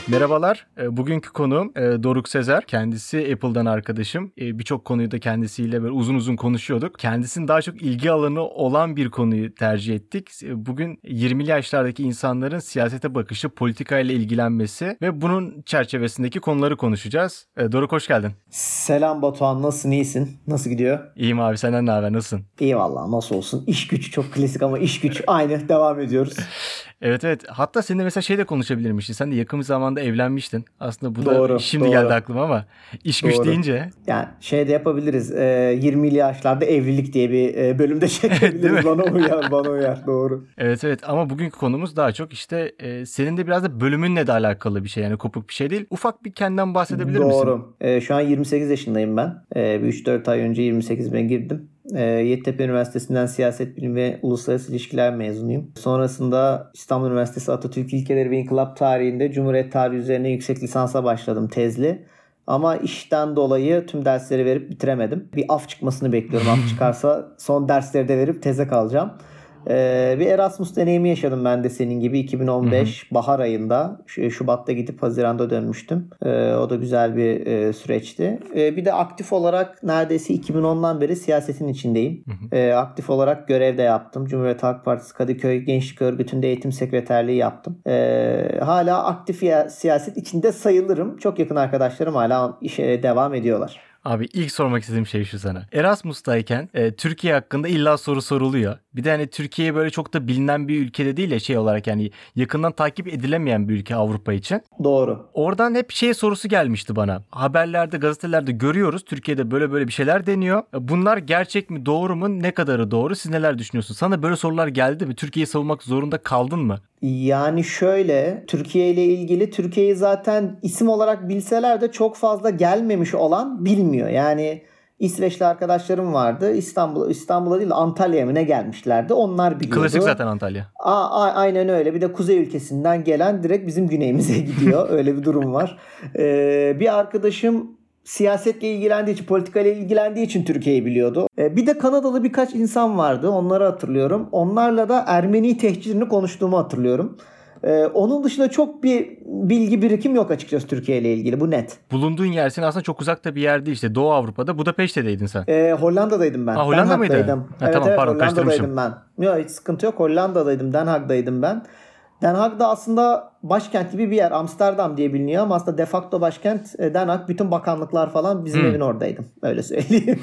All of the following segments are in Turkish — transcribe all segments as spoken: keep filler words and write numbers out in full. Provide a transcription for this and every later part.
Merhabalar, e, bugünkü konuğum e, Doruk Sezer. Kendisi Apple'dan arkadaşım. E, Birçok konuyu da kendisiyle böyle uzun uzun konuşuyorduk. Kendisinin daha çok ilgi alanı olan bir konuyu tercih ettik. E, Bugün yirmili yaşlardaki insanların siyasete bakışı, politikayla ilgilenmesi ve bunun çerçevesindeki konuları konuşacağız. E, Doruk hoş geldin. Selam Batuhan, nasılsın, iyisin? Nasıl gidiyor? İyiyim abi, senden ne haber, nasılsın? İyi vallahi, nasıl olsun? İş güç çok klasik ama iş güç aynı, devam ediyoruz. Evet evet. Hatta seninle mesela şey de konuşabilirmişiz. Sen de yakın bir zamanda evlenmiştin. Aslında bu da Doğru, şimdi doğru. geldi aklıma ama iş güç Doğru. deyince. Yani şey de yapabiliriz. E, yirmili yaşlarda evlilik diye bir e, bölümde Değil mi? çekebiliriz. Bana uyar, bana uyar. Doğru. Evet evet ama bugünkü konumuz daha çok işte e, senin de biraz da bölümünle de alakalı bir şey, yani kopuk bir şey değil. Ufak bir kendinden bahsedebilir misin? Doğru. E, şu an yirmi sekiz yaşındayım ben. E, bir üç dört ay önce yirmi sekizime girdim. E, Yeditepe Üniversitesi'nden Siyaset Bilimi ve Uluslararası İlişkiler mezunuyum. Sonrasında İstanbul Üniversitesi Atatürk İlkeleri ve İnkılap Tarihi'nde Cumhuriyet Tarihi üzerine yüksek lisansa başladım, tezli. Ama işten dolayı tüm dersleri verip bitiremedim. Bir af çıkmasını bekliyorum. Af çıkarsa son dersleri de verip teze kalacağım. Ee, bir Erasmus deneyimi yaşadım ben de senin gibi iki bin on beş bahar ayında. Şu- Şubat'ta gidip Haziran'da dönmüştüm. Ee, o da güzel bir e, süreçti. Ee, bir de aktif olarak neredeyse iki bin ondan beri siyasetin içindeyim. Ee, aktif olarak görev de yaptım. Cumhuriyet Halk Partisi Kadıköy Gençlik Örgütü'nde eğitim sekreterliği yaptım. Ee, hala aktif ya- siyaset içinde sayılırım. Çok yakın arkadaşlarım hala işe devam ediyorlar. Abi ilk sormak istediğim şey şu sana. Erasmus'tayken e, Türkiye hakkında illa soru soruluyor. Bir de hani Türkiye böyle çok da bilinen bir ülkede değil ya, şey olarak yani yakından takip edilemeyen bir ülke Avrupa için. Doğru. Oradan hep şey sorusu gelmişti bana. Haberlerde, gazetelerde görüyoruz. Türkiye'de böyle böyle bir şeyler deniyor. Bunlar gerçek mi, doğru mu? Ne kadarı doğru? Siz neler düşünüyorsunuz? Sana böyle sorular geldi mi? Türkiye'yi savunmak zorunda kaldın mı? Yani şöyle, Türkiye ile ilgili, Türkiye'yi zaten isim olarak bilseler de çok fazla gelmemiş olan bilmiyor. Yani İsveçli arkadaşlarım vardı. İstanbul İstanbul'a değil de Antalya'ya mı ne gelmişlerdi. Onlar biliyordu. Klasik zaten Antalya. A- a- aynen öyle. Bir de kuzey ülkesinden gelen direkt bizim güneyimize gidiyor. Öyle bir durum var. Ee, bir arkadaşım siyasetle ilgilendiği için, politikayla ilgilendiği için Türkiye'yi biliyordu. Ee, bir de Kanadalı birkaç insan vardı. Onları hatırlıyorum. Onlarla da Ermeni tehcirini konuştuğumu hatırlıyorum. Ee, onun dışında çok bir bilgi birikim yok açıkçası Türkiye ile ilgili. Bu net. Bulunduğun yer senin aslında çok uzakta bir yer değil, işte Doğu Avrupa'da, Budapeşte'deydin sen. Ee, Hollanda'daydım ben. Ha, Hollanda Den mıydı? Haag'daydım. Ha, Evet tamam evet pardon, Hollanda'daydım karıştırmışım. ben. Yok, hiç sıkıntı yok. Hollanda'daydım. Den Haag'daydım ben. Den Haag da aslında başkent gibi bir yer. Amsterdam diye biliniyor ama aslında de facto başkent e, Den Haag. Bütün bakanlıklar falan bizim Hmm. evin oradaydım. Öyle söyleyeyim.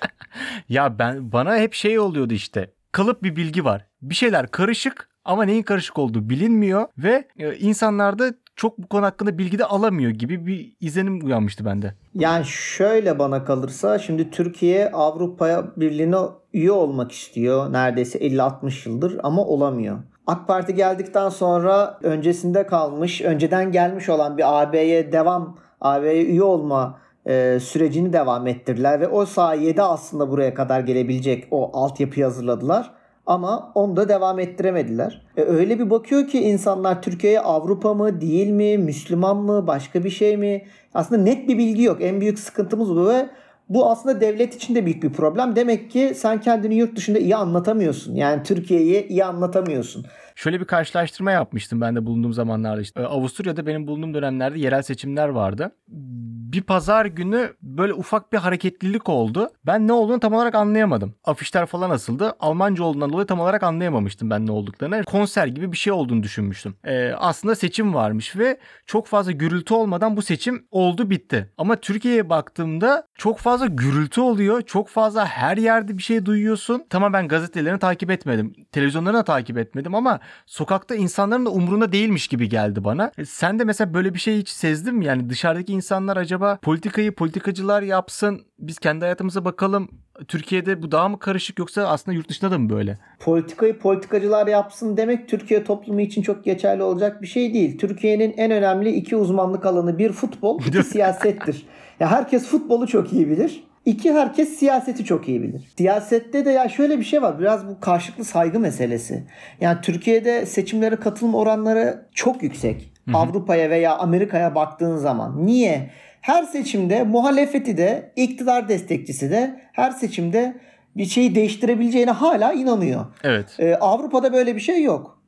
Ya ben bana hep şey oluyordu işte. Kalıp bir bilgi var. Bir şeyler karışık ama neyin karışık olduğu bilinmiyor ve e, insanlar da çok bu konu hakkında bilgi de alamıyor gibi bir izlenim uyanmıştı bende. Yani şöyle bana kalırsa şimdi Türkiye Avrupa Birliği'ne üye olmak istiyor. Neredeyse elli altmış yıldır ama olamıyor. AK Parti geldikten sonra öncesinde kalmış, önceden gelmiş olan bir A B'ye devam, A B'ye üye olma e, sürecini devam ettirdiler ve o sayede aslında buraya kadar gelebilecek o altyapıyı hazırladılar. Ama onu da devam ettiremediler. E, öyle bir bakıyor ki insanlar Türkiye'ye Avrupa mı, değil mi, Müslüman mı, başka bir şey mi? Aslında net bir bilgi yok. En büyük sıkıntımız bu ve bu aslında devlet için de büyük bir problem. Demek ki sen kendini yurt dışında iyi anlatamıyorsun. Yani Türkiye'yi iyi anlatamıyorsun. Şöyle bir karşılaştırma yapmıştım ben de bulunduğum zamanlarda. İşte Ee, Avusturya'da benim bulunduğum dönemlerde yerel seçimler vardı. Bir pazar günü böyle ufak bir hareketlilik oldu. Ben ne olduğunu tam olarak anlayamadım. Afişler falan asıldı. Almanca olduğundan dolayı tam olarak anlayamamıştım ben ne olduklarını. Konser gibi bir şey olduğunu düşünmüştüm. Ee, aslında seçim varmış ve çok fazla gürültü olmadan bu seçim oldu, bitti. Ama Türkiye'ye baktığımda çok fazla gürültü oluyor. Çok fazla her yerde bir şey duyuyorsun. Tamam, ben gazetelerini takip etmedim. Televizyonlarını da takip etmedim ama sokakta insanların da umrunda değilmiş gibi geldi bana. E, sen de mesela böyle bir şey hiç sezdin mi? Yani dışarıdaki insanlar acaba politikayı politikacılar yapsın, biz kendi hayatımıza bakalım. Türkiye'de bu daha mı karışık, yoksa aslında yurt dışında da mı böyle? Politikayı politikacılar yapsın demek Türkiye toplumu için çok geçerli olacak bir şey değil. Türkiye'nin en önemli iki uzmanlık alanı bir futbol, iki siyasettir. Ya herkes futbolu çok iyi bilir. İki, herkes siyaseti çok iyi bilir. Siyasette de ya şöyle bir şey var. Biraz bu karşılıklı saygı meselesi. Yani Türkiye'de seçimlere katılım oranları çok yüksek. Hı hı. Avrupa'ya veya Amerika'ya baktığın zaman. Niye? Her seçimde muhalefeti de, iktidar destekçisi de her seçimde bir şeyi değiştirebileceğine hala inanıyor. Evet. Ee, Avrupa'da böyle bir şey yok.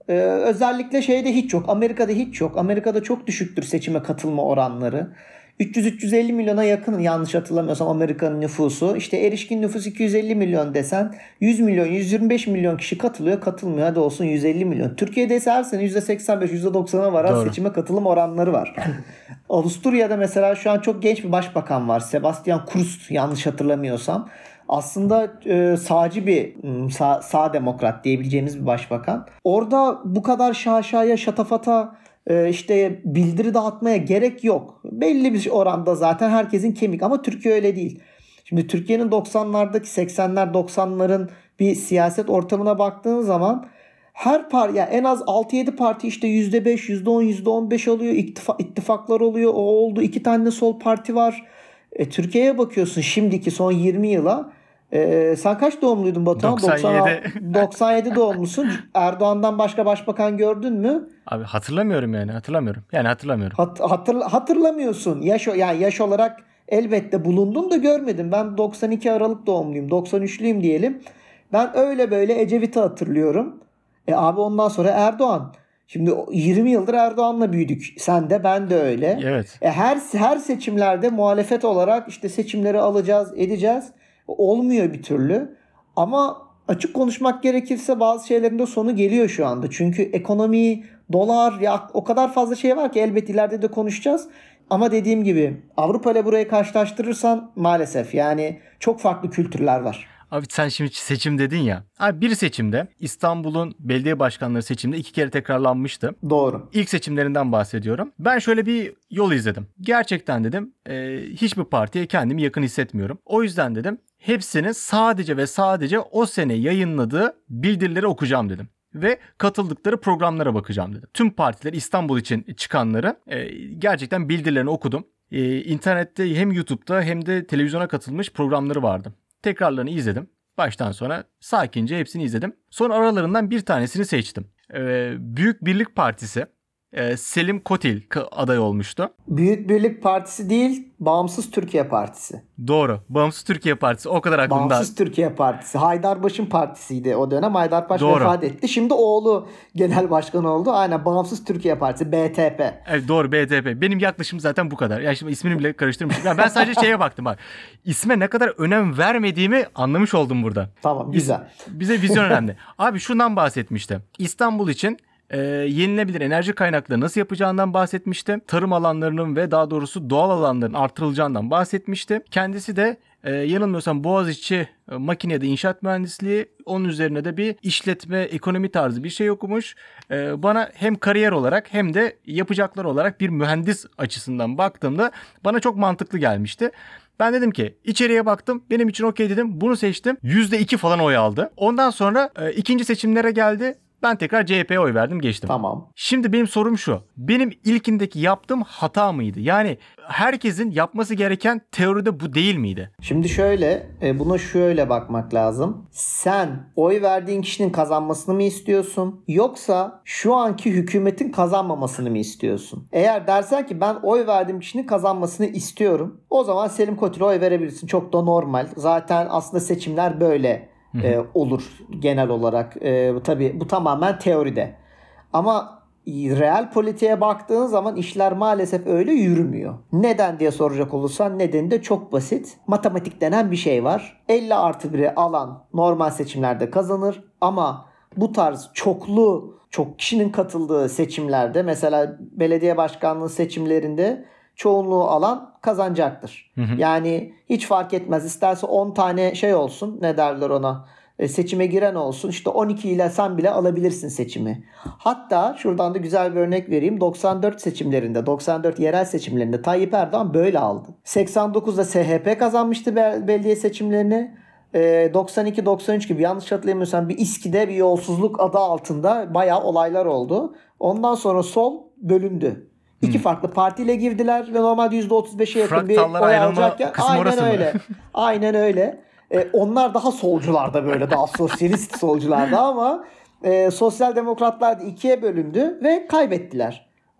Ee, özellikle şeyde hiç yok. Amerika'da hiç yok. Amerika'da çok düşüktür seçime katılma oranları. üç yüz üç yüz elli milyona yakın yanlış hatırlamıyorsam Amerika'nın nüfusu. İşte erişkin nüfus iki yüz elli milyon desen yüz milyon yüz yirmi beş milyon kişi katılıyor. Katılmıyor hadi olsun yüz elli milyon. Türkiye'de ise her sene yüzde seksen beş yüzde doksana varan Doğru. seçime katılım oranları var. Avusturya'da mesela şu an çok genç bir başbakan var. Sebastian Kurz yanlış hatırlamıyorsam. Aslında e, sağcı bir sağ, sağ demokrat diyebileceğimiz bir başbakan. Orada bu kadar şaşaya şatafata e, işte bildiri dağıtmaya gerek yok. Belli bir oranda zaten herkesin kemik ama Türkiye öyle değil. Şimdi Türkiye'nin doksanlardaki seksenler doksanların bir siyaset ortamına baktığın zaman her parti yani en az altı yedi parti işte yüzde beş, yüzde on, yüzde on beş alıyor. İttifa, ittifaklar oluyor. O oldu. İki tane sol parti var. E, Türkiye'ye bakıyorsun şimdiki son yirmi yıla. E, sen kaç doğumluydun Batuhan? doksan yedi. doksan yedi doğumlusun. Erdoğan'dan başka başbakan gördün mü? Abi hatırlamıyorum yani hatırlamıyorum. Yani hatırlamıyorum. Hat, hatır, hatırlamıyorsun. Yaş yani yaş olarak elbette bulundum da görmedim. Ben doksan iki Aralık doğumluyum. doksan üçlüyüm diyelim. Ben öyle böyle Ecevit'i hatırlıyorum. E abi ondan sonra Erdoğan. Şimdi yirmi yıldır Erdoğan'la büyüdük. Sen de ben de öyle. Evet. E her her seçimlerde muhalefet olarak işte seçimleri alacağız, edeceğiz. Olmuyor bir türlü. Ama açık konuşmak gerekirse bazı şeylerin de sonu geliyor şu anda. Çünkü ekonomi, dolar ya o kadar fazla şey var ki elbet ileride de konuşacağız. Ama dediğim gibi Avrupa ile burayı karşılaştırırsan maalesef yani çok farklı kültürler var. Abi sen şimdi seçim dedin ya. Abi bir seçimde İstanbul'un belediye başkanları seçimde iki kere tekrarlanmıştı. Doğru. İlk seçimlerinden bahsediyorum. Ben şöyle bir yol izledim. Gerçekten dedim e, hiçbir partiye kendimi yakın hissetmiyorum. O yüzden dedim hepsini sadece ve sadece o sene yayınladığı bildirileri okuyacağım dedim. Ve katıldıkları programlara bakacağım dedim. Tüm partiler İstanbul için çıkanları e, gerçekten bildirilerini okudum. E, internette hem YouTube'da hem de televizyona katılmış programları vardı. Tekrarlarını izledim. Baştan sona sakince hepsini izledim. Sonra aralarından bir tanesini seçtim. Ee, Büyük Birlik Partisi e, Selim Kotil aday olmuştu. Büyük Birlik Partisi değil, Bağımsız Türkiye Partisi. Doğru. Bağımsız Türkiye Partisi o kadar aklımda. Bağımsız Türkiye Partisi. Haydarbaş'ın partisiydi o dönem. Haydarbaş Doğru. vefat etti. Şimdi oğlu genel başkan oldu. Aynen Bağımsız Türkiye Partisi B T P. Evet doğru B T P. Benim yaklaşım zaten bu kadar. Yani şimdi ismini bile karıştırmışım. Yani ben sadece şeye baktım bak. İsme ne kadar önem vermediğimi anlamış oldum burada. Tamam güzel. Bize vizyon önemli. Abi şundan bahsetmişti. İstanbul için e, yenilenebilir enerji kaynakları nasıl yapacağından bahsetmişti. Tarım alanlarının ve daha doğrusu doğal alanların artırılacağından bahsetmişti. Kendisi de e, yanılmıyorsam Boğaziçi e, makinede inşaat mühendisliği, onun üzerine de bir işletme ekonomi tarzı bir şey okumuş. E, bana hem kariyer olarak hem de yapacaklar olarak bir mühendis açısından baktığımda bana çok mantıklı gelmişti. Ben dedim ki içeriye baktım. Benim için okey dedim. Bunu seçtim. yüzde iki falan oy aldı. Ondan sonra e, ikinci seçimlere geldi. Ben tekrar C H P'ye oy verdim geçtim. Tamam. Şimdi benim sorum şu. Benim ilkindeki yaptığım hata mıydı? Yani herkesin yapması gereken teoride bu değil miydi? Şimdi şöyle e, buna şöyle bakmak lazım. Sen oy verdiğin kişinin kazanmasını mı istiyorsun? Yoksa şu anki hükümetin kazanmamasını mı istiyorsun? Eğer dersen ki ben oy verdiğim kişinin kazanmasını istiyorum. O zaman Selim Kotil'e oy verebilirsin. Çok da normal. Zaten aslında seçimler böyle e, olur genel olarak. E, tabii bu tamamen teoride. Ama real politiğe baktığın zaman işler maalesef öyle yürümüyor. Neden diye soracak olursan nedeni de çok basit. Matematik denen bir şey var. elli artı biri alan normal seçimlerde kazanır ama bu tarz çoklu, çok kişinin katıldığı seçimlerde mesela belediye başkanlığı seçimlerinde çoğunluğu alan kazanacaktır. Hı hı. Yani hiç fark etmez. İsterse on tane şey olsun. Ne derler ona? E, seçime giren olsun. İşte on iki ile sen bile alabilirsin seçimi. Hatta şuradan da güzel bir örnek vereyim. doksan dört seçimlerinde, doksan dört yerel seçimlerinde Tayyip Erdoğan böyle aldı. seksen dokuzda S H P kazanmıştı belediye seçimlerini. E, doksan iki doksan üç gibi yanlış hatırlamıyorsam bir İSKİ'de bir yolsuzluk adı altında bayağı olaylar oldu. Ondan sonra sol bölündü. İki hmm. farklı partiyle girdiler ve normalde yüzde otuz beşe yakın bir oy alacakken aynen öyle. Aynen öyle. Ee, onlar daha solcularda böyle daha sosyalist solcularda ama e, sosyal demokratlar da ikiye bölündü ve kaybettiler.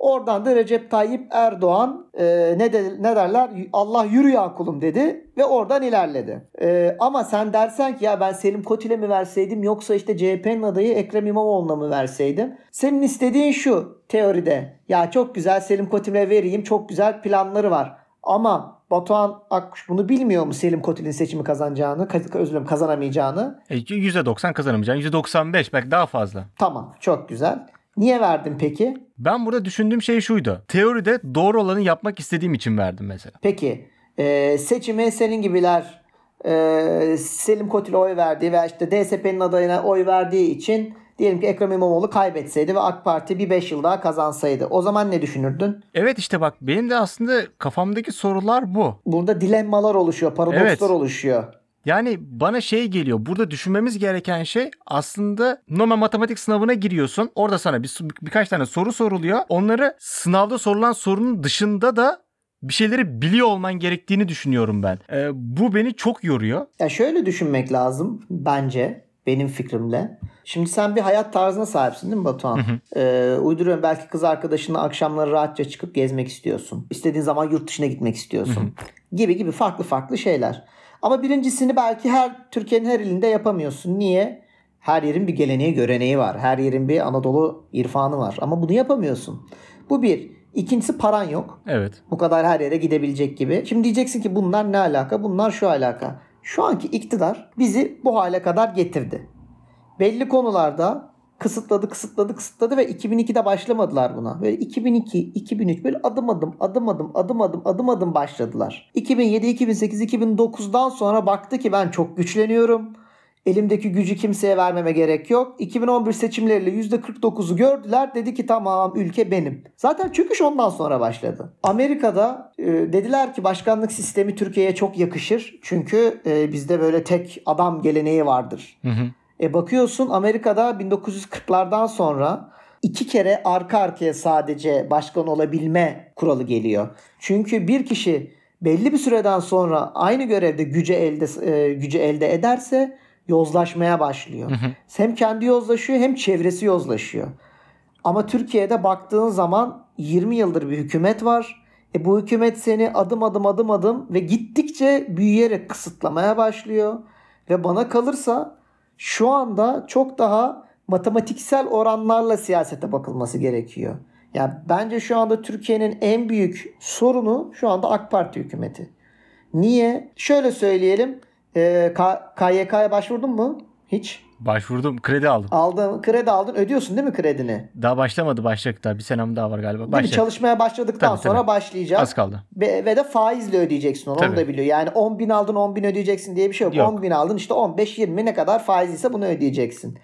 Oradan da Recep Tayyip Erdoğan e, ne, de, ne derler? Allah yürü ya kulum dedi ve oradan ilerledi. E, ama sen dersen ki ya ben Selim Kotil'e mi verseydim yoksa işte C H P'nin adayı Ekrem İmamoğlu'na mı verseydim? Senin istediğin şu teoride. Ya çok güzel Selim Kotil'e vereyim, çok güzel planları var. Ama Batuhan Akkuş bunu bilmiyor mu Selim Kotil'in seçimi kazanacağını, özür dilerim kazanamayacağını? E, yüzde doksan kazanamayacağını, yüzde doksan beş belki daha fazla. Tamam, çok güzel. Niye verdin peki? Ben burada düşündüğüm şey şuydu. Teoride doğru olanı yapmak istediğim için verdim mesela. Peki e, seçimi senin gibiler e, Selim Kotil'e oy verdiği veya işte D S P'nin adayına oy verdiği için diyelim ki Ekrem İmamoğlu kaybetseydi ve AK Parti bir beş yıl daha kazansaydı. O zaman ne düşünürdün? Evet işte bak benim de aslında kafamdaki sorular bu. Burada dilemmalar oluşuyor, paradokslar Evet. oluşuyor. Yani bana şey geliyor. Burada düşünmemiz gereken şey aslında normal matematik sınavına giriyorsun. Orada sana bir, birkaç tane soru soruluyor. Onları sınavda sorulan sorunun dışında da bir şeyleri biliyor olman gerektiğini düşünüyorum ben. Ee, bu beni çok yoruyor. Ya şöyle düşünmek lazım bence benim fikrimle. Şimdi sen bir hayat tarzına sahipsin değil mi Batuhan? Hı hı. Ee, uyduruyorum belki kız arkadaşınla akşamları rahatça çıkıp gezmek istiyorsun. İstediğin zaman yurt dışına gitmek istiyorsun. Hı hı. Gibi gibi farklı farklı şeyler. Ama birincisini belki her Türkiye'nin her ilinde yapamıyorsun. Niye? Her yerin bir geleneği, göreneği var. Her yerin bir Anadolu irfanı var. Ama bunu yapamıyorsun. Bu bir. İkincisi paran yok. Evet. Bu kadar her yere gidebilecek gibi. Şimdi diyeceksin ki bunlar ne alaka? Bunlar şu alaka. Şu anki iktidar bizi bu hale kadar getirdi. Belli konularda kısıtladı, kısıtladı, kısıtladı ve iki bin ikide başlamadılar buna. Böyle iki bin iki, iki bin üç böyle adım adım, adım adım, adım adım, adım adım başladılar. iki bin yedi, iki bin sekiz, iki bin dokuzdan sonra baktı ki ben çok güçleniyorum. Elimdeki gücü kimseye vermeme gerek yok. iki bin on bir seçimleriyle yüzde kırk dokuzu gördüler. Dedi ki tamam ülke benim. Zaten çöküş ondan sonra başladı. Amerika'da e, dediler ki başkanlık sistemi Türkiye'ye çok yakışır. Çünkü e, bizde böyle tek adam geleneği vardır. Hı hı. E bakıyorsun Amerika'da bin dokuz yüz kırklardan sonra iki kere arka arkaya sadece başkan olabilme kuralı geliyor. Çünkü bir kişi belli bir süreden sonra aynı görevde gücü elde e, gücü elde ederse yozlaşmaya başlıyor. Hı hı. Hem kendi yozlaşıyor hem çevresi yozlaşıyor. Ama Türkiye'de baktığın zaman yirmi yıldır bir hükümet var. E bu hükümet seni adım adım adım adım ve gittikçe büyüyerek kısıtlamaya başlıyor. Ve bana kalırsa şu anda çok daha matematiksel oranlarla siyasete bakılması gerekiyor. Yani bence şu anda Türkiye'nin en büyük sorunu şu anda AK Parti hükümeti. Niye? Şöyle söyleyelim. E, K Y K'ya başvurdun mu? Hiç. Başvurdum. Kredi aldım. Aldın. Kredi aldın. Ödüyorsun değil mi kredini? Daha başlamadı. Başlayacak daha. Bir senem daha var galiba. Değil mi? Çalışmaya başladıktan tabii, sonra tabii. başlayacak. Az kaldı. Ve, ve de faizle ödeyeceksin onu. Tabii. Onu da biliyor. Yani on bin aldın on bin ödeyeceksin diye bir şey yok. yok. on bin aldın işte on beş yirmi ne kadar faiz ise bunu ödeyeceksin.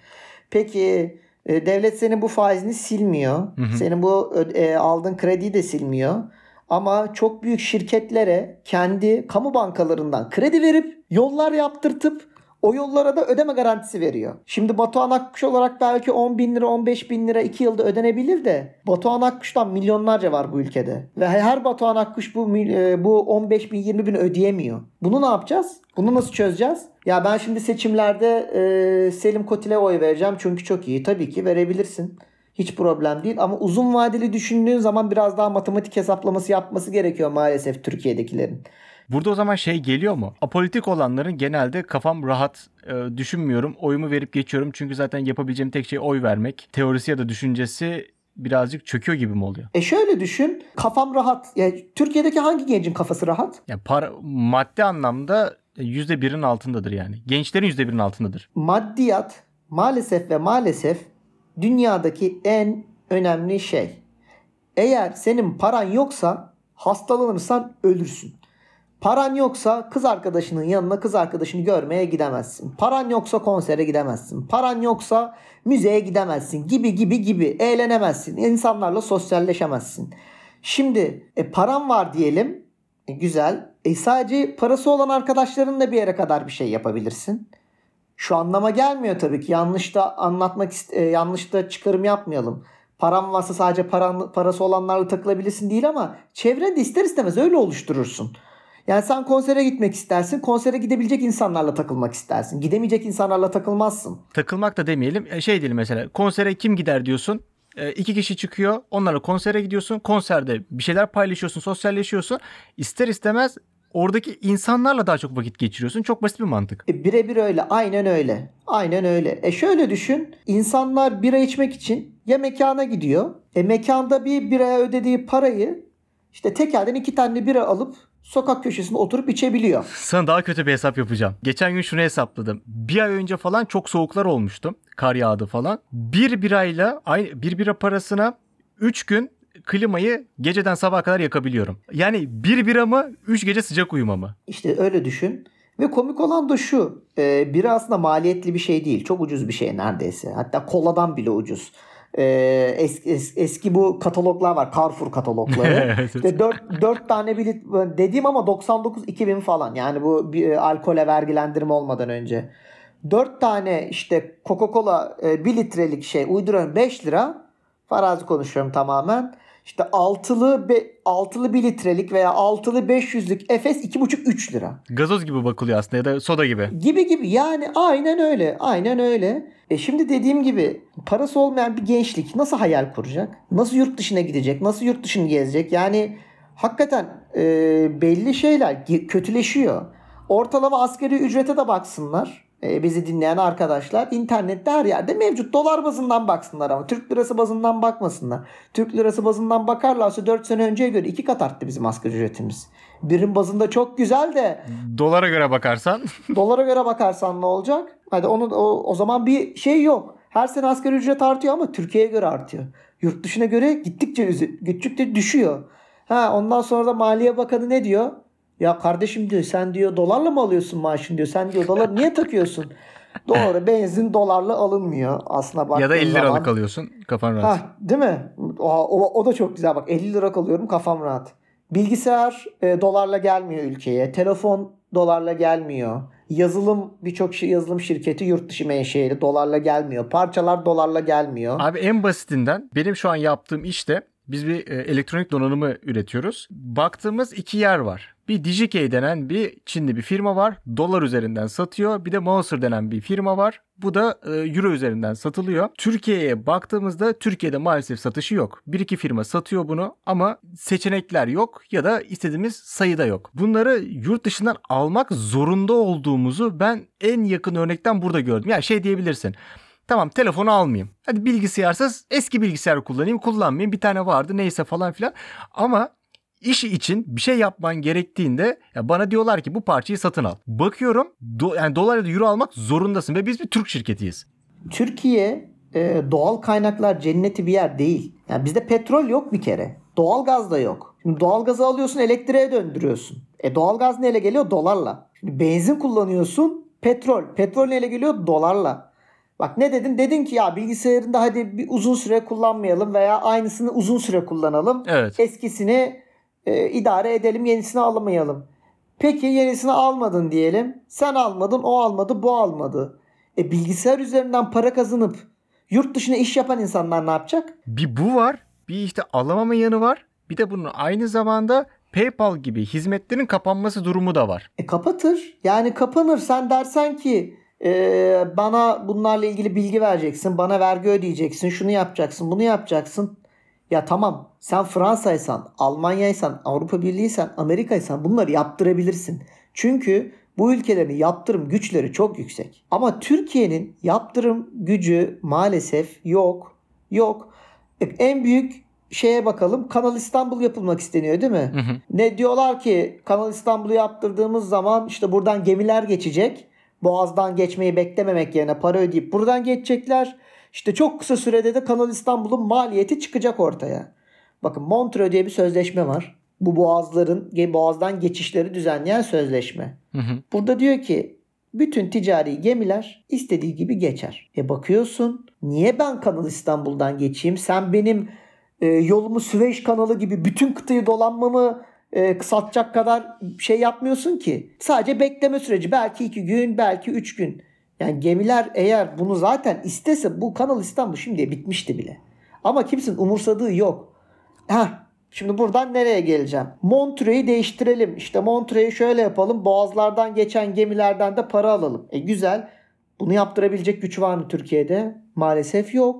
Peki e, devlet senin bu faizini silmiyor. Hı hı. Senin bu e, aldığın krediyi de silmiyor. Ama çok büyük şirketlere kendi kamu bankalarından kredi verip yollar yaptırtıp o yollara da ödeme garantisi veriyor. Şimdi Batuhan Akkuş olarak belki on bin lira on beş bin lira iki yılda ödenebilir de Batuhan Akkuş'tan milyonlarca var bu ülkede. Ve her Batuhan Akkuş bu, bu on beş bin yirmi bin ödeyemiyor. Bunu ne yapacağız? Bunu nasıl çözeceğiz? Ya ben şimdi seçimlerde e, Selim Kotil'e oy vereceğim çünkü çok iyi. Tabii ki verebilirsin. Hiç problem değil ama uzun vadeli düşündüğün zaman biraz daha matematik hesaplaması yapması gerekiyor maalesef Türkiye'dekilerin. Burada o zaman şey geliyor mu? Apolitik olanların genelde kafam rahat, e, düşünmüyorum, oyumu verip geçiyorum. Çünkü zaten yapabileceğim tek şey oy vermek. Teorisi ya da düşüncesi birazcık çöküyor gibi mi oluyor? E şöyle düşün, kafam rahat. Yani Türkiye'deki hangi gencin kafası rahat? Yani para, maddi anlamda yüzde birin altındadır yani. Gençlerin yüzde birin altındadır. Maddiyat maalesef ve maalesef dünyadaki en önemli şey. Eğer senin paran yoksa hastalanırsan ölürsün. Paran yoksa kız arkadaşının yanına kız arkadaşını görmeye gidemezsin. Paran yoksa konsere gidemezsin. Paran yoksa müzeye gidemezsin gibi gibi gibi eğlenemezsin. İnsanlarla sosyalleşemezsin. Şimdi e, paran var diyelim. E, güzel. E, sadece parası olan arkadaşlarınla bir yere kadar bir şey yapabilirsin. Şu anlama gelmiyor tabii ki. Yanlış da anlatmak e, yanlış da çıkarım yapmayalım. Paran varsa sadece paran, parası olanlarla takılabilirsin değil ama çevreni de ister istemez öyle oluşturursun. Yani sen konsere gitmek istersin. Konsere gidebilecek insanlarla takılmak istersin. Gidemeyecek insanlarla takılmazsın. Takılmak da demeyelim. Şey diyelim mesela konsere kim gider diyorsun? E, iki kişi çıkıyor. Onlarla konsere gidiyorsun. Konserde bir şeyler paylaşıyorsun, sosyalleşiyorsun. İster istemez oradaki insanlarla daha çok vakit geçiriyorsun. Çok basit bir mantık. E, birebir öyle. Aynen öyle. Aynen öyle. E şöyle düşün. İnsanlar bira içmek için ya mekana gidiyor. E mekanda bir biraya ödediği parayı işte tekelden iki tane bira alıp sokak köşesinde oturup içebiliyor. Sana daha kötü bir hesap yapacağım. Geçen gün şunu hesapladım. Bir ay önce falan çok soğuklar olmuştu. Kar yağdı falan. Bir birayla aynı bir bira parasına üç gün klimayı geceden sabaha kadar yakabiliyorum. Yani bir bira mı üç gece sıcak uyuma mı? İşte öyle düşün. Ve komik olan da şu. E, bira aslında maliyetli bir şey değil. Çok ucuz bir şey neredeyse. Hatta koladan bile ucuz. E, es, es, eski bu kataloglar var. Carrefour katalogları. Evet. İşte dört tane bir lit- dediğim ama doksan dokuz iki bin falan. Yani bu bir, e, alkole vergilendirme olmadan önce. dört tane işte Coca-Cola e, bir litrelik şey uyduruyorum beş lira. Farazi konuşuyorum tamamen. İşte altılı be, altılı bir litrelik veya altılı beş yüzlük Efes iki buçuk üç lira. Gazoz gibi bakılıyor aslında ya da soda gibi. Gibi gibi yani aynen öyle. Aynen öyle. E şimdi dediğim gibi parası olmayan bir gençlik nasıl hayal kuracak? Nasıl yurt dışına gidecek? Nasıl yurt dışını gezecek? Yani hakikaten e, belli şeyler ge- kötüleşiyor. Ortalama asgari ücrete de baksınlar. E, bizi dinleyen arkadaşlar internette her yerde mevcut. Dolar bazından baksınlar ama Türk lirası bazından bakmasınlar. Türk lirası bazından bakarlarsa dört sene önceye göre iki kat arttı bizim asgari ücretimiz. Birim bazında çok güzel de Dolara göre bakarsan. dolara göre bakarsan ne olacak? Hadi onu o, o zaman bir şey yok. Her sene asgari ücret artıyor ama Türkiye'ye göre artıyor. Yurt dışına göre gittikçe gittikçe düşüyor. Ha ondan sonra da Maliye Bakanı ne diyor? Ya kardeşim diyor sen diyor dolarla mı alıyorsun maaşını diyor. Sen diyor dolar niye takıyorsun? Doğru benzin dolarla alınmıyor aslına baktığın Ya da elli liralık zaman. alıyorsun. Kafan rahat. Ha, değil mi? O, o, o da çok güzel bak elli lira alıyorum kafam rahat. Bilgisayar e, dolarla gelmiyor ülkeye. Telefon dolarla gelmiyor. Yazılım birçok şey, yazılım şirketi yurt dışı menşeli dolarla gelmiyor. Parçalar dolarla gelmiyor. Abi en basitinden benim şu an yaptığım işte biz bir e, elektronik donanımı üretiyoruz. Baktığımız iki yer var. Bir DigiKey denen bir Çinli bir firma var. Dolar üzerinden satıyor. Bir de Mouser denen bir firma var. Bu da e, euro üzerinden satılıyor. Türkiye'ye baktığımızda Türkiye'de maalesef satışı yok. Bir iki firma satıyor bunu ama seçenekler yok ya da istediğimiz sayıda yok. Bunları yurt dışından almak zorunda olduğumuzu ben en yakın örnekten burada gördüm. Yani şey diyebilirsin. Tamam telefonu almayayım. Hadi bilgisayarsız eski bilgisayar kullanayım kullanmayayım. Bir tane vardı neyse falan filan. Ama iş için bir şey yapman gerektiğinde ya bana diyorlar ki bu parçayı satın al. Bakıyorum do, yani dolar ya da euro almak zorundasın ve biz bir Türk şirketiyiz. Türkiye e, doğal kaynaklar cenneti bir yer değil. Yani bizde petrol yok bir kere. Doğalgaz da yok. Şimdi doğalgazı alıyorsun elektriğe döndürüyorsun. E doğalgaz neyle geliyor? Dolarla. Şimdi benzin kullanıyorsun petrol. Petrol neyle geliyor? Dolarla. Bak ne dedin? Dedin ki ya bilgisayarında hadi bir uzun süre kullanmayalım veya aynısını uzun süre kullanalım. Evet. Eskisini e, idare edelim, yenisini alamayalım. Peki yenisini almadın diyelim. Sen almadın, o almadı, bu almadı. E bilgisayar üzerinden para kazanıp yurt dışına iş yapan insanlar ne yapacak? Bir bu var, bir işte alamama yanı var. Bir de bunun aynı zamanda PayPal gibi hizmetlerin kapanması durumu da var. E kapatır. Yani kapanır. Sen dersen ki e, bana bunlarla ilgili bilgi vereceksin. Bana vergi ödeyeceksin. Şunu yapacaksın. Bunu yapacaksın. Ya tamam. Sen Fransa'ysan, Almanya'ysan, Avrupa Birliği'ysen, Amerika'ysan bunları yaptırabilirsin. Çünkü bu ülkelerin yaptırım güçleri çok yüksek. Ama Türkiye'nin yaptırım gücü maalesef yok. Yok. E, En büyük şeye bakalım. Kanal İstanbul yapılmak isteniyor değil mi? Hı hı. Ne diyorlar ki Kanal İstanbul'u yaptırdığımız zaman işte buradan gemiler geçecek. Boğaz'dan geçmeyi beklememek yerine para ödeyip buradan geçecekler. İşte çok kısa sürede de Kanal İstanbul'un maliyeti çıkacak ortaya. Bakın Montreux diye bir sözleşme var. Bu boğazların boğazdan geçişleri düzenleyen sözleşme. Hı hı. Burada diyor ki bütün ticari gemiler istediği gibi geçer. E bakıyorsun niye ben Kanal İstanbul'dan geçeyim? Sen benim e, yolumu Süveyş kanalı gibi bütün kıtayı dolanmamı e, kısaltacak kadar şey yapmıyorsun ki. Sadece bekleme süreci belki iki gün belki üç gün. Yani gemiler eğer bunu zaten istese bu Kanal İstanbul şimdiye bitmişti bile. Ama kimsenin umursadığı yok. Heh, şimdi buradan nereye geleceğim? Montreux'u değiştirelim. İşte Montreux'u şöyle yapalım. Boğazlardan geçen gemilerden de para alalım. E güzel. Bunu yaptırabilecek güç var mı Türkiye'de? Maalesef yok.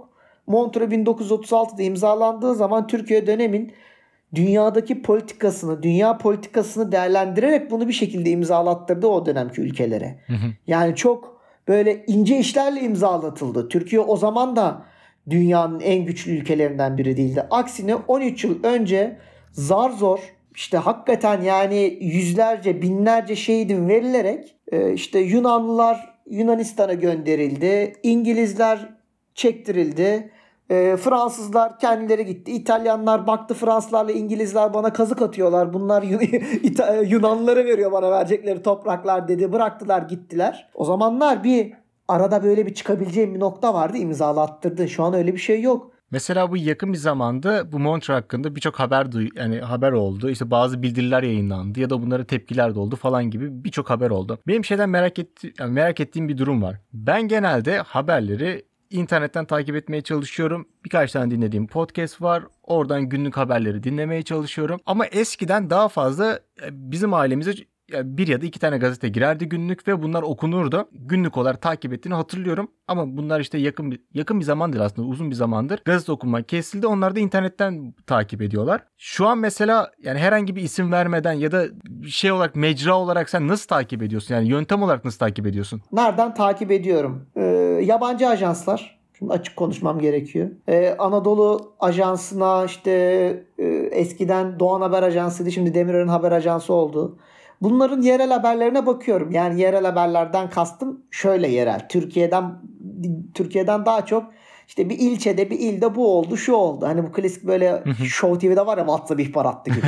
Montreux bin dokuz yüz otuz altıda imzalandığı zaman Türkiye dönemin dünyadaki politikasını, dünya politikasını değerlendirerek bunu bir şekilde imzalattırdı o dönemki ülkelere. Hı hı. Yani çok böyle ince işlerle imzalatıldı. Türkiye o zaman da dünyanın en güçlü ülkelerinden biri değildi. Aksine on üç yıl önce zar zor işte hakikaten yani yüzlerce binlerce şehidin verilerek işte Yunanlılar Yunanistan'a gönderildi. İngilizler çektirildi. E, Fransızlar kendileri gitti. İtalyanlar baktı Fransızlarla İngilizler bana kazık atıyorlar. Bunlar Yunanlılara veriyor bana verecekleri topraklar dedi. Bıraktılar gittiler. O zamanlar bir arada böyle bir çıkabileceğim bir nokta vardı. İmzalattırdı. Şu an öyle bir şey yok. Mesela bu yakın bir zamanda bu Montreux hakkında birçok haber duy yani haber oldu. İşte bazı bildiriler yayınlandı ya da bunlara tepkiler de oldu falan gibi birçok haber oldu. Benim şeyden merak etti yani merak ettiğim bir durum var. Ben genelde haberleri İnternetten takip etmeye çalışıyorum. Birkaç tane dinlediğim podcast var. Oradan günlük haberleri dinlemeye çalışıyorum. Ama eskiden daha fazla bizim ailemize bir ya da iki tane gazete girerdi günlük ve bunlar okunurdu. Günlük olarak takip ettiğini hatırlıyorum. Ama bunlar işte yakın bir, yakın bir zamandır aslında uzun bir zamandır. Gazete okumak kesildi. Onlar da internetten takip ediyorlar. Şu an mesela yani herhangi bir isim vermeden ya da şey olarak mecra olarak sen nasıl takip ediyorsun? Yani yöntem olarak nasıl takip ediyorsun? Nereden takip ediyorum? Ee, yabancı ajanslar. Şimdi açık konuşmam gerekiyor. Ee, Anadolu Ajansı'na işte e, eskiden Doğan Haber Ajansı'ydı. Şimdi Demirören Haber Ajansı oldu. Bunların yerel haberlerine bakıyorum. Yani yerel haberlerden kastım şöyle yerel. Türkiye'den Türkiye'den daha çok işte bir ilçede bir ilde bu oldu şu oldu. Hani bu klasik böyle Show T V'de var ya WhatsApp ihbarattı gibi.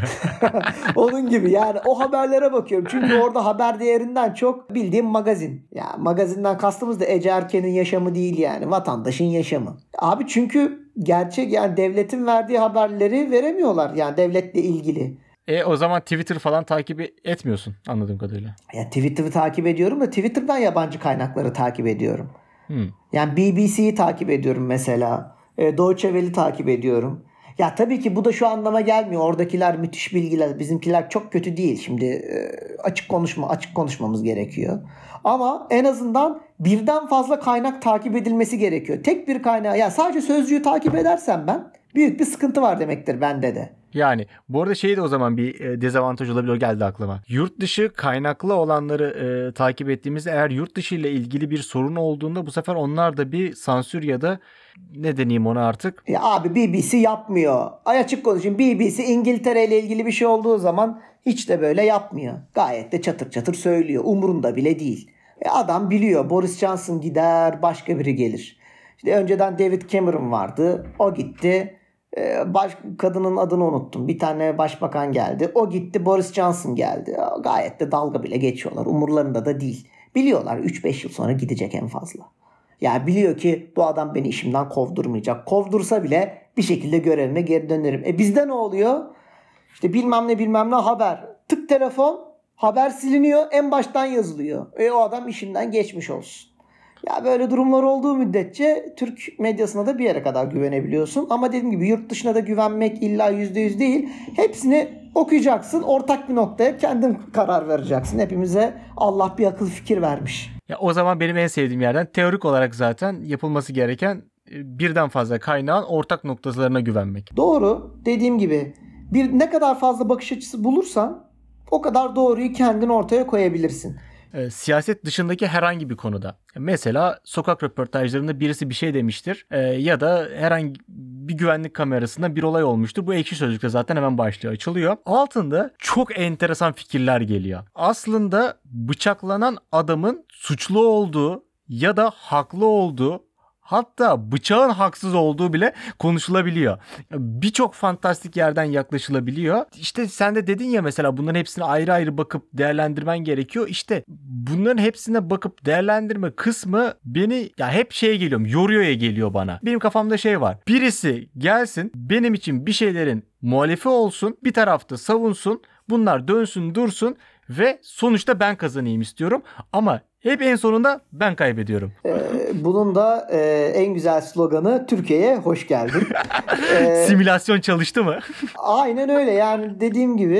Onun gibi yani o haberlere bakıyorum. Çünkü orada haber değerinden çok bildiğim magazin. Ya yani magazinden kastımız da Ece Erken'in yaşamı değil yani. Vatandaşın yaşamı. Abi çünkü gerçek yani devletin verdiği haberleri veremiyorlar. Yani devletle ilgili. E o zaman Twitter falan takip etmiyorsun anladığım kadarıyla. Ya Twitter'ı takip ediyorum da Twitter'dan yabancı kaynakları takip ediyorum. Hmm. Yani B B C'yi takip ediyorum mesela. E, Deutsche Welle'i takip ediyorum. Ya tabii ki bu da şu anlama gelmiyor. Oradakiler müthiş bilgiler. Bizimkiler çok kötü değil. Şimdi e, açık konuşma açık konuşmamız gerekiyor. Ama en azından birden fazla kaynak takip edilmesi gerekiyor. Tek bir kaynağı ya sadece Sözcü'yü takip edersem ben büyük bir sıkıntı var demektir bende de. Yani bu arada şey de o zaman bir e, dezavantaj olabilir o geldi aklıma. Yurt dışı kaynaklı olanları e, takip ettiğimizde eğer yurt dışı ile ilgili bir sorun olduğunda bu sefer onlar da bir sansür ya da ne deneyim ona artık. Ya abi B B C yapmıyor. Ay açık konuşayım B B C İngiltere ile ilgili bir şey olduğu zaman hiç de böyle yapmıyor. Gayet de çatır çatır söylüyor. Umurunda bile değil. E adam biliyor Boris Johnson gider başka biri gelir. İşte önceden David Cameron vardı. O gitti. Baş, kadının adını unuttum. Bir tane başbakan geldi. O gitti Boris Johnson geldi. Gayet de dalga bile geçiyorlar. Umurlarında da değil. Biliyorlar üç beş yıl sonra gidecek en fazla. Yani biliyor ki bu adam beni işimden kovdurmayacak. Kovdursa bile bir şekilde görevime geri dönerim. E bizde ne oluyor? İşte bilmem ne bilmem ne haber. Tık telefon haber siliniyor. En baştan yazılıyor. E o adam işinden geçmiş olsun. Ya böyle durumlar olduğu müddetçe Türk medyasına da bir yere kadar güvenebiliyorsun. Ama dediğim gibi yurt dışına da güvenmek illa yüzde yüz değil. Hepsini okuyacaksın. Ortak bir noktaya kendin karar vereceksin. Hepimize Allah bir akıl fikir vermiş. Ya o zaman benim en sevdiğim yerden teorik olarak zaten yapılması gereken birden fazla kaynağın ortak noktalarına güvenmek. Doğru. Dediğim gibi bir ne kadar fazla bakış açısı bulursan o kadar doğruyu kendin ortaya koyabilirsin. E, siyaset dışındaki herhangi bir konuda. Mesela sokak röportajlarında birisi bir şey demiştir e, ya da herhangi bir güvenlik kamerasında bir olay olmuştur. Bu Ekşi Sözlük'te zaten hemen başlığı açılıyor. Altında çok enteresan fikirler geliyor. Aslında bıçaklanan adamın suçlu olduğu ya da haklı olduğu, hatta bıçağın haksız olduğu bile konuşulabiliyor. Birçok fantastik yerden yaklaşılabiliyor. İşte sen de dedin ya mesela bunların hepsine ayrı ayrı bakıp değerlendirmen gerekiyor. İşte bunların hepsine bakıp değerlendirme kısmı beni ya hep şeye geliyorum, yoruyor ya geliyor bana. Benim kafamda şey var. Birisi gelsin benim için bir şeylerin muhalifi olsun, bir tarafta savunsun, bunlar dönsün dursun ve sonuçta ben kazanayım istiyorum. Ama hep en sonunda ben kaybediyorum. Ee, bunun da e, en güzel sloganı Türkiye'ye hoş geldin. ee, Simülasyon çalıştı mı? Aynen öyle yani dediğim gibi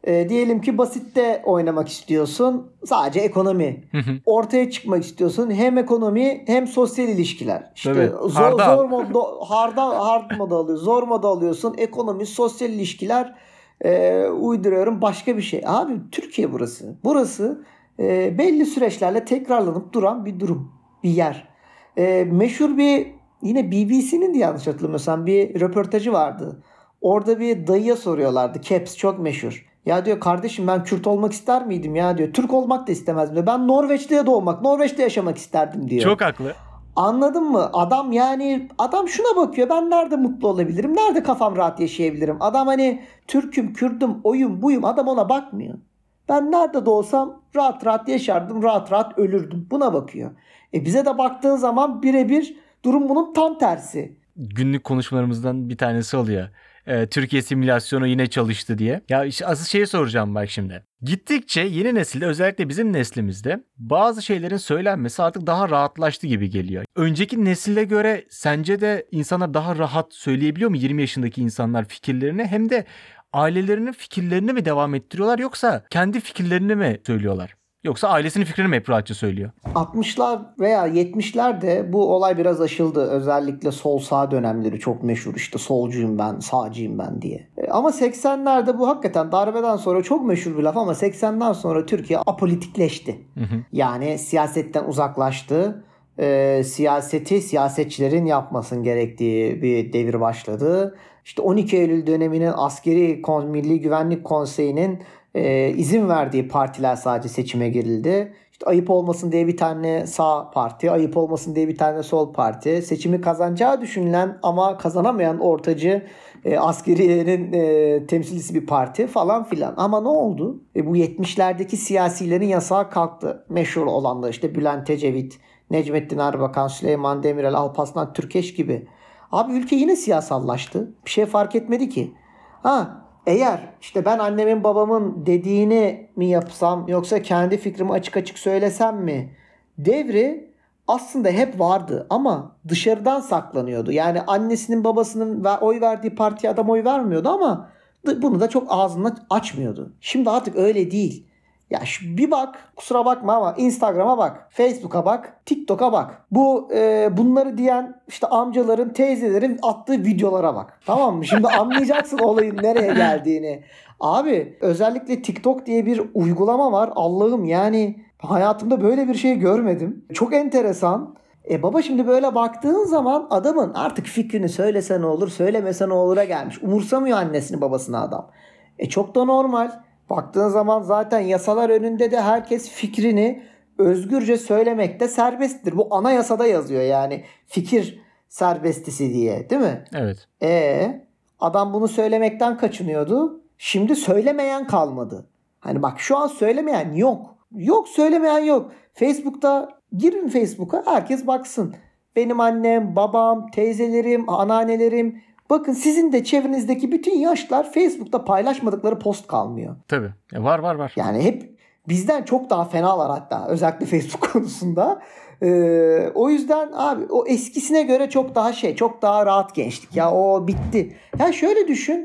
E, diyelim ki basitte oynamak istiyorsun. Sadece ekonomi. Ortaya çıkmak istiyorsun. Hem ekonomi hem sosyal ilişkiler. İşte Evet, zor, hardal. zor mod, hard, hard moda alıyorsun. Zor moda alıyorsun. Ekonomi, sosyal ilişkiler e, uyduruyorum. Başka bir şey. Abi Türkiye burası. Burası e, belli süreçlerle tekrarlanıp duran bir durum. Bir yer. E, meşhur bir yine B B C'nin de yanlış hatırlamıyorsam bir röportajı vardı. Orada bir dayıya soruyorlardı. Caps çok meşhur. Ya diyor kardeşim ben Kürt olmak ister miydim ya diyor. Türk olmak da istemezdim diyor. Ben Norveç'te doğmak, Norveç'te yaşamak isterdim diyor. Çok haklı. Anladın mı? Adam yani adam şuna bakıyor. Ben nerede mutlu olabilirim? Nerede kafam rahat yaşayabilirim? Adam hani Türk'üm, Kürt'üm, oyum, buyum. Adam ona bakmıyor. Ben nerede de olsam rahat rahat yaşardım, rahat rahat ölürdüm. Buna bakıyor. E bize de baktığın zaman birebir durum bunun tam tersi. Günlük konuşmalarımızdan bir tanesi oluyor. Ee, Türkiye simülasyonu yine çalıştı diye. Ya işte asıl şeyi soracağım bak şimdi. Gittikçe yeni nesilde, özellikle bizim neslimizde bazı şeylerin söylenmesi artık daha rahatlaştı gibi geliyor. Önceki nesile göre sence de insanlar daha rahat söyleyebiliyor mu, yirmi yaşındaki insanlar fikirlerini, hem de ailelerinin fikirlerini mi devam ettiriyorlar yoksa kendi fikirlerini mi söylüyorlar? Yoksa ailesinin fikrini mi hep rahatça söylüyor? altmışlar veya yetmişlerde bu olay biraz aşıldı. Özellikle sol sağ dönemleri çok meşhur. İşte solcuyum ben, sağcıyım ben diye. E, Ama seksenlerde bu hakikaten darbeden sonra çok meşhur bir laf ama seksenden sonra Türkiye apolitikleşti. Hı hı. Yani siyasetten uzaklaştı. E, siyaseti siyasetçilerin yapmasın gerektiği bir devir başladı. İşte on iki Eylül döneminin askeri Kon- Milli Güvenlik Konseyi'nin e, izin verdiği partiler sadece seçime girildi. İşte ayıp olmasın diye bir tane sağ parti, ayıp olmasın diye bir tane sol parti, seçimi kazanacağı düşünülen ama kazanamayan ortacı e, askeriyenin e, temsilcisi bir parti falan filan. Ama ne oldu? E, bu yetmişlerdeki siyasilerin yasağı kalktı. Meşhur olanlar işte Bülent Ecevit, Necmettin Erbakan, Süleyman Demirel, Alparslan Türkeş gibi. Abi ülke yine siyasallaştı. Bir şey fark etmedi ki. Ha eğer işte ben annemin babamın dediğini mi yapsam yoksa kendi fikrimi açık açık söylesem mi? Devri aslında hep vardı ama dışarıdan saklanıyordu. Yani annesinin babasının ve oy verdiği partiye adam oy vermiyordu ama bunu da çok ağzını açmıyordu. Şimdi artık öyle değil. Ya şu bir bak, kusura bakma ama Instagram'a bak, Facebook'a bak, TikTok'a bak. Bu e, bunları diyen işte amcaların, teyzelerin attığı videolara bak. Tamam mı? Şimdi anlayacaksın olayın nereye geldiğini. Abi özellikle TikTok diye bir uygulama var. Allah'ım yani hayatımda böyle bir şey görmedim. Çok enteresan. E baba şimdi böyle baktığın zaman adamın artık fikrini söylese ne olur, söylemese ne olur'a gelmiş. Umursamıyor annesini babasını adam. E çok da normal. Baktığın zaman zaten yasalar önünde de herkes fikrini özgürce söylemekte serbesttir. Bu anayasada yazıyor yani fikir serbestisi diye, değil mi? Evet. E adam bunu söylemekten kaçınıyordu. Şimdi söylemeyen kalmadı. Hani bak şu an söylemeyen yok. Yok söylemeyen yok. Facebook'ta girin Facebook'a herkes baksın. Benim annem, babam, teyzelerim, anneannelerim. Bakın sizin de çevrenizdeki bütün yaşlar Facebook'ta paylaşmadıkları post kalmıyor. Tabii. Ya var var var. Yani hep bizden çok daha fenalar hatta özellikle Facebook konusunda. Ee, o yüzden abi o eskisine göre çok daha şey, çok daha rahat gençlik. Ya o bitti. Ya şöyle düşün.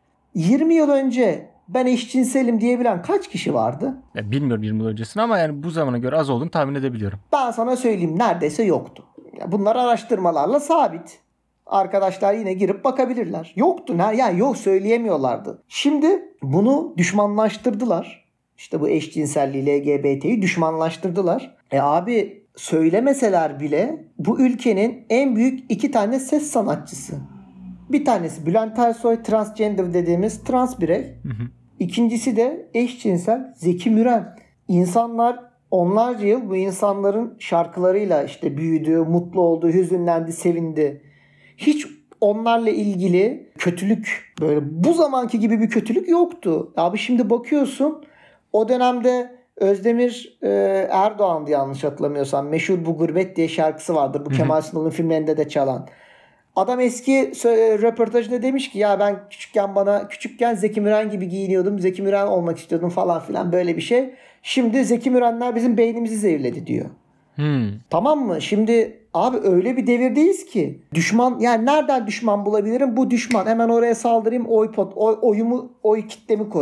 yirmi yıl önce ben eşcinselim diyebilen kaç kişi vardı? Ya bilmiyorum yirmi yıl öncesini ama yani bu zamana göre az olduğunu tahmin edebiliyorum. Ben sana söyleyeyim neredeyse yoktu. Ya bunlar araştırmalarla sabit. Arkadaşlar yine girip bakabilirler. Yoktu. Yani yok söyleyemiyorlardı. Şimdi bunu düşmanlaştırdılar. İşte bu eşcinselliği, L G B T'yi düşmanlaştırdılar. E abi söylemeseler bile bu ülkenin en büyük iki tane ses sanatçısı. Bir tanesi Bülent Ersoy, transgender dediğimiz trans birey. Hı hı. İkincisi de eşcinsel Zeki Müren. İnsanlar onlarca yıl bu insanların şarkılarıyla işte büyüdü, mutlu oldu, hüzünlendi, sevindi. Hiç onlarla ilgili kötülük, böyle bu zamanki gibi bir kötülük yoktu. Abi şimdi bakıyorsun o dönemde Özdemir e, Erdoğan'dı yanlış hatırlamıyorsam. Meşhur Bu Gurbet diye şarkısı vardır. Bu Hı hı. Kemal Sunal'ın filmlerinde de çalan. Adam eski sö- röportajında demiş ki ya ben küçükken bana küçükken Zeki Müren gibi giyiniyordum. Zeki Müren olmak istiyordum falan filan böyle bir şey. Şimdi Zeki Mürenler bizim beynimizi zehirledi diyor. Hmm. Tamam mı? Şimdi abi öyle bir devirdeyiz ki düşman yani nereden düşman bulabilirim? Bu düşman. Hemen oraya saldırayım. Oy pot, oy, oyumu, oy kitlemi koruyayım.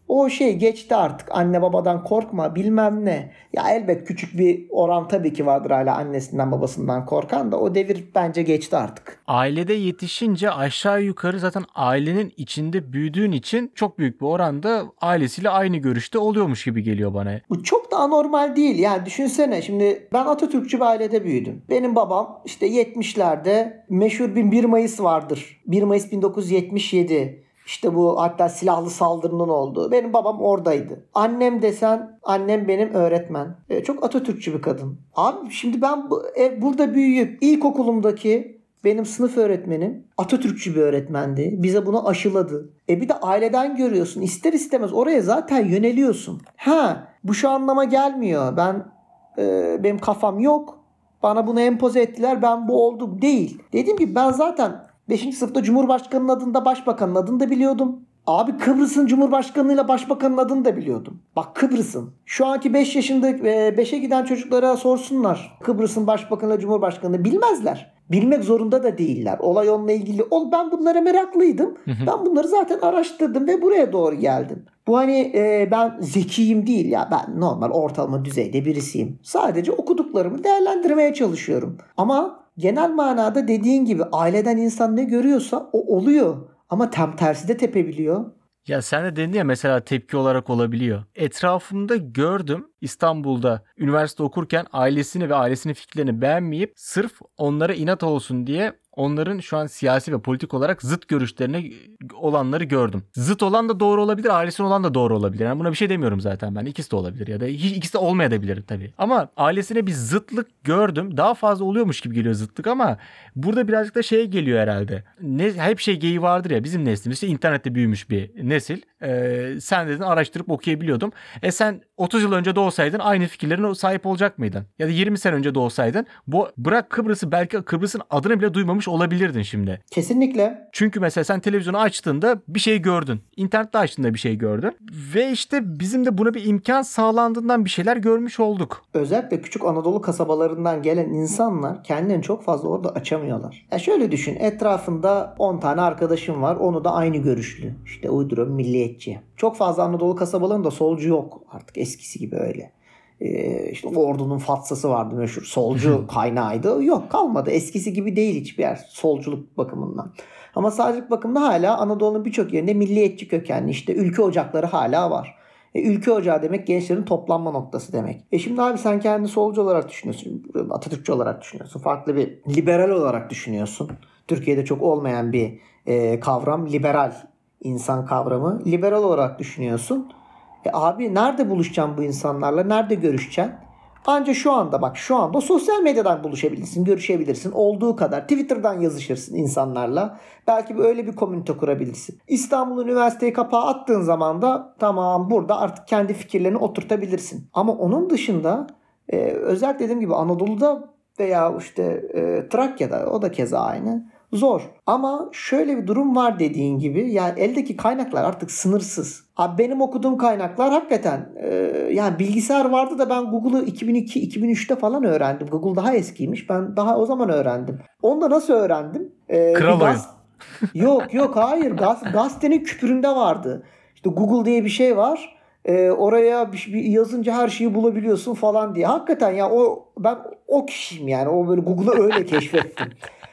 O şey geçti artık. Anne babadan korkma bilmem ne. Ya elbet küçük bir oran tabii ki vardır hala annesinden babasından korkan da o devir bence geçti artık. Ailede yetişince aşağı yukarı zaten ailenin içinde büyüdüğün için çok büyük bir oranda ailesiyle aynı görüşte oluyormuş gibi geliyor bana. Bu çok da anormal değil. Yani düşünsene şimdi ben Atatürkçü bir ailede büyüdüm. Benim babam işte yetmişlerde meşhur bir 1 Mayıs vardır. bir Mayıs bin dokuz yüz yetmiş yedi. İşte bu hatta silahlı saldırının olduğu. Benim babam oradaydı. Annem desen annem benim öğretmen. E, çok Atatürkçü bir kadın. Abi şimdi ben bu, e, burada büyüyüp ilkokulumdaki benim sınıf öğretmenim Atatürkçü bir öğretmendi. Bize bunu aşıladı. E bir de aileden görüyorsun. İster istemez oraya zaten yöneliyorsun. Ha bu şu anlama gelmiyor. Ben e, benim kafam yok. Bana bunu empoze ettiler. Ben bu oldum. Değil. Dediğim gibi ben zaten beşinci sınıfta Cumhurbaşkanı'nın adında Başbakan'ın adını da biliyordum. Abi Kıbrıs'ın Cumhurbaşkanı'yla Başbakan'ın adını da biliyordum. Bak Kıbrıs'ın. Şu anki beş yaşında beşe giden çocuklara sorsunlar. Kıbrıs'ın Başbakanı'yla Cumhurbaşkanı'nı bilmezler. Bilmek zorunda da değiller. Olay onunla ilgili. Ben bunlara meraklıydım. Ben bunları zaten araştırdım ve buraya doğru geldim. Bu hani e, ben zekiyim değil ya. Ben normal ortalama düzeyde birisiyim. Sadece okuduklarımı değerlendirmeye çalışıyorum. Ama genel manada dediğin gibi aileden insan ne görüyorsa o oluyor. Ama tam tersi de tepebiliyor. Ya sen de dedin ya mesela tepki olarak olabiliyor. Etrafımda gördüm İstanbul'da üniversite okurken ailesini ve ailesinin fikirlerini beğenmeyip sırf onlara inat olsun diye onların şu an siyasi ve politik olarak zıt görüşlerine olanları gördüm. Zıt olan da doğru olabilir, ailesinin olan da doğru olabilir. Yani buna bir şey demiyorum zaten ben. İkisi de olabilir ya da hiç ikisi de olmayabilir tabii. Ama ailesine bir zıtlık gördüm. Daha fazla oluyormuş gibi geliyor zıtlık ama burada birazcık da şey geliyor herhalde. Ne, hep şey geyiği vardır ya bizim neslimiz işte internette büyümüş bir nesil. Ee, sen dedin araştırıp okuyabiliyordum. E sen otuz yıl önce doğsaydın aynı fikirlerine sahip olacak mıydın? Ya da yirmi sene önce doğsaydın bu bırak Kıbrıs'ı belki Kıbrıs'ın adını bile duymamış olabilirdin şimdi. Kesinlikle. Çünkü mesela sen televizyonu açtığında bir şey gördün. İnternette açtığında bir şey gördün. Ve işte bizim de buna bir imkan sağlandığından bir şeyler görmüş olduk. Özellikle küçük Anadolu kasabalarından gelen insanlar kendilerini çok fazla orada açamıyorlar. Ya şöyle düşün, etrafında on tane arkadaşım var. Onu da aynı görüşlü. İşte uyduruyorum milliyetçi. Çok fazla Anadolu kasabalarında solcu yok artık eskisi gibi öyle. Ee, işte Ordu'nun Fatsa'sı vardı meşhur. Solcu kaynağıydı. Yok kalmadı. Eskisi gibi değil hiçbir yer solculuk bakımından. Ama sağcılık bakımında hala Anadolu'nun birçok yerinde milliyetçi kökenli işte ülke ocakları hala var. E, ülke ocağı demek gençlerin toplanma noktası demek. E şimdi abi sen kendini solcu olarak düşünüyorsun. Atatürkçü olarak düşünüyorsun. Farklı bir liberal olarak düşünüyorsun. Türkiye'de çok olmayan bir e, kavram. Liberal insan kavramı. Liberal olarak düşünüyorsun. E abi nerede buluşacaksın bu insanlarla? Nerede görüşeceksin? Anca şu anda bak şu anda sosyal medyadan buluşabilirsin, görüşebilirsin. Olduğu kadar Twitter'dan yazışırsın insanlarla. Belki bir öyle bir komünite kurabilirsin. İstanbul Üniversiteyi kapağı attığın zaman da tamam burada artık kendi fikirlerini oturtabilirsin. Ama onun dışında e, özellikle dediğim gibi Anadolu'da veya işte e, Trakya'da o da keza aynı. Zor. Ama şöyle bir durum var dediğin gibi. Yani eldeki kaynaklar artık sınırsız. Abi benim okuduğum kaynaklar hakikaten e, yani bilgisayar vardı da ben Google'ı iki bin iki iki bin üçte falan öğrendim. Google daha eskiymiş. Ben daha o zaman öğrendim. Onu da nasıl öğrendim? E, Kral oyun. gaz... Yok yok hayır. Gaz, gazetenin küpüründe vardı. İşte Google diye bir şey var. E, oraya bir, bir yazınca her şeyi bulabiliyorsun falan diye. Hakikaten ya o ben o kişiyim yani. O böyle Google'ı öyle keşfettim.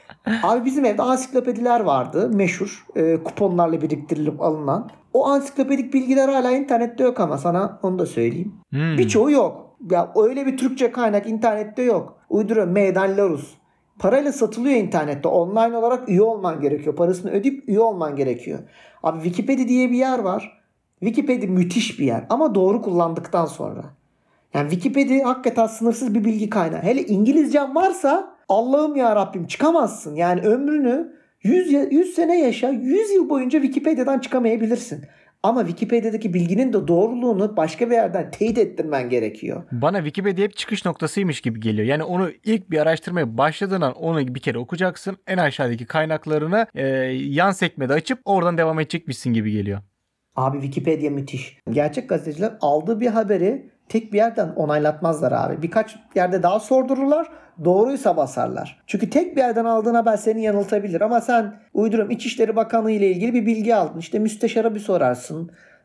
Abi bizim evde ansiklopediler vardı meşhur e, kuponlarla biriktirilip alınan. O ansiklopedik bilgiler hala internette yok ama sana onu da söyleyeyim. Hmm. Birçoğu yok. Ya öyle bir Türkçe kaynak internette yok. Uyduruyorum Meydan Larus. Parayla satılıyor internette. Online olarak üye olman gerekiyor. Parasını ödeyip üye olman gerekiyor. Abi Wikipedia diye bir yer var. Wikipedia müthiş bir yer ama doğru kullandıktan sonra. Yani Wikipedia hakikaten sınırsız bir bilgi kaynağı. Hele İngilizcen varsa Allah'ım ya Rabbim çıkamazsın. Yani ömrünü yüz, yüz sene yaşa, yüz yıl boyunca Wikipedia'dan çıkamayabilirsin. Ama Wikipedia'daki bilginin de doğruluğunu başka bir yerden teyit ettirmen gerekiyor. Bana Wikipedia hep çıkış noktasıymış gibi geliyor. Yani onu ilk bir araştırmaya başladığın an onu bir kere okuyacaksın. En aşağıdaki kaynaklarını e, yan sekmede açıp oradan devam edecekmişsin gibi geliyor. Abi Wikipedia müthiş. Gerçek gazeteciler aldığı bir haberi tek bir yerden onaylatmazlar abi. Birkaç yerde daha sordururlar. Doğruysa basarlar. Çünkü tek bir yerden aldığın haber seni yanıltabilir. Ama sen uyduruyorum İçişleri Bakanlığı ile ilgili bir bilgi aldın. İşte müsteşara bir sorarsın.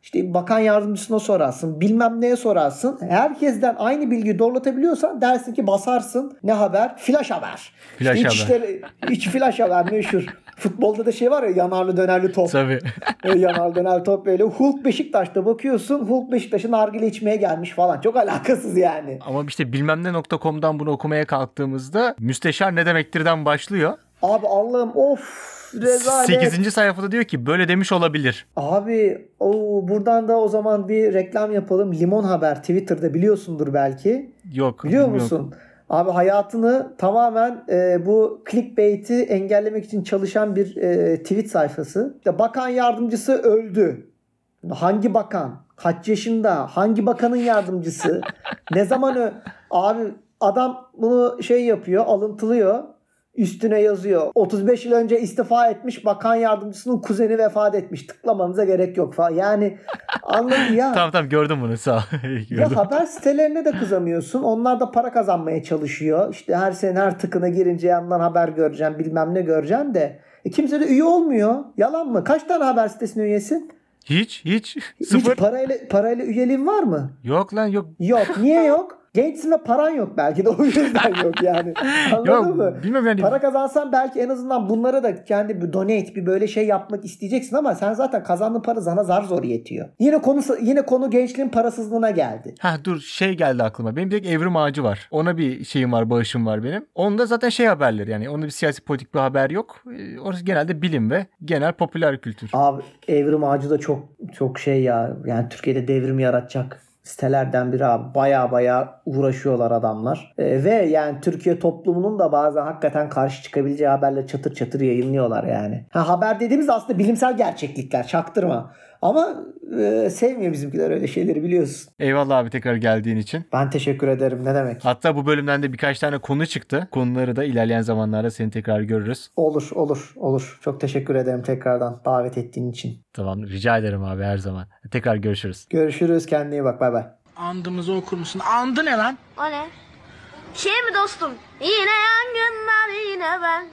işte bakan yardımcısına sorarsın, bilmem neye sorarsın. Herkesten aynı bilgiyi doğrulatabiliyorsan dersin ki basarsın. Ne haber? Flash haber. Flash işte haber. İçişleri, iç flash haber meşhur. Futbolda da şey var ya, yanarlı dönerli top. Tabii. Yanarlı dönerli top böyle. Hulk Beşiktaş'ta bakıyorsun. Hulk Beşiktaş'ın nargile içmeye gelmiş falan. Çok alakasız yani. Ama işte bilmem ne nokta com'dan bunu okumaya kalktığımızda müsteşar ne demektirden başlıyor. Abi Allah'ım of. Rezalet. sekizinci sayfada diyor ki böyle demiş olabilir. Abi o buradan da o zaman bir reklam yapalım. Limon Haber Twitter'da, biliyorsundur belki. Yok. Biliyor bilmiyorum. musun? Abi hayatını tamamen e, bu clickbait'i engellemek için çalışan bir e, tweet sayfası. İşte bakan yardımcısı öldü. Hangi bakan? Kaç yaşında? Hangi bakanın yardımcısı? Ne zaman ö- Abi adam bunu şey yapıyor, alıntılıyor. Üstüne yazıyor. otuz beş yıl önce istifa etmiş bakan yardımcısının kuzeni vefat etmiş. Tıklamanıza gerek yok falan. Yani anladın ya. Tamam tamam gördüm bunu sağ ol. Ya Gördüm. haber sitelerine de kızamıyorsun. Onlar da para kazanmaya çalışıyor. İşte her sene her tıkına girince yandan haber göreceğim, bilmem ne göreceğim de. E kimse de üye olmuyor. Yalan mı? Kaç tane haber sitesine üyesin? Hiç hiç sıfır. Hiç parayla, parayla üyeliğin var mı? Yok lan yok. Yok. Niye yok? Gençsin ve paran yok belki de, o yüzden yok yani. Anladın Yok mı? bilmiyorum yani. Para kazansan belki en azından bunlara da kendi bir donate, bir böyle şey yapmak isteyeceksin ama sen zaten kazandığın para sana zar zor yetiyor. Yine konu yine konu gençliğin parasızlığına geldi. Ha dur şey geldi aklıma. Benim direkt Evrim Ağacı var. Ona bir şeyim var, bağışım var benim. Onda zaten şey haberleri yani. Onda bir siyasi politik bir haber yok. Ee, Orası genelde bilim ve genel popüler kültür. Abi Evrim Ağacı da çok çok şey ya. Yani Türkiye'de devrim yaratacak sitelerden biri abi. Baya baya uğraşıyorlar adamlar. Ee, ve yani Türkiye toplumunun da bazen hakikaten karşı çıkabileceği haberleri çatır çatır yayınlıyorlar yani. Ha, haber dediğimiz de aslında bilimsel gerçeklikler. Çaktırma. Ama e, sevmiyor bizimkiler öyle şeyleri, biliyorsun. Eyvallah abi tekrar geldiğin için. Ben teşekkür ederim. Ne demek? Hatta bu bölümden de birkaç tane konu çıktı. Konuları da ilerleyen zamanlarda seni tekrar görürüz. Olur olur olur. Çok teşekkür ederim tekrardan davet ettiğin için. Tamam rica ederim abi her zaman. Tekrar görüşürüz. Görüşürüz. Kendine iyi bak. Bay bay. Andımızı okur musun? Andı ne lan? O ne? Şey mi dostum? Yine yangınlar yine ben.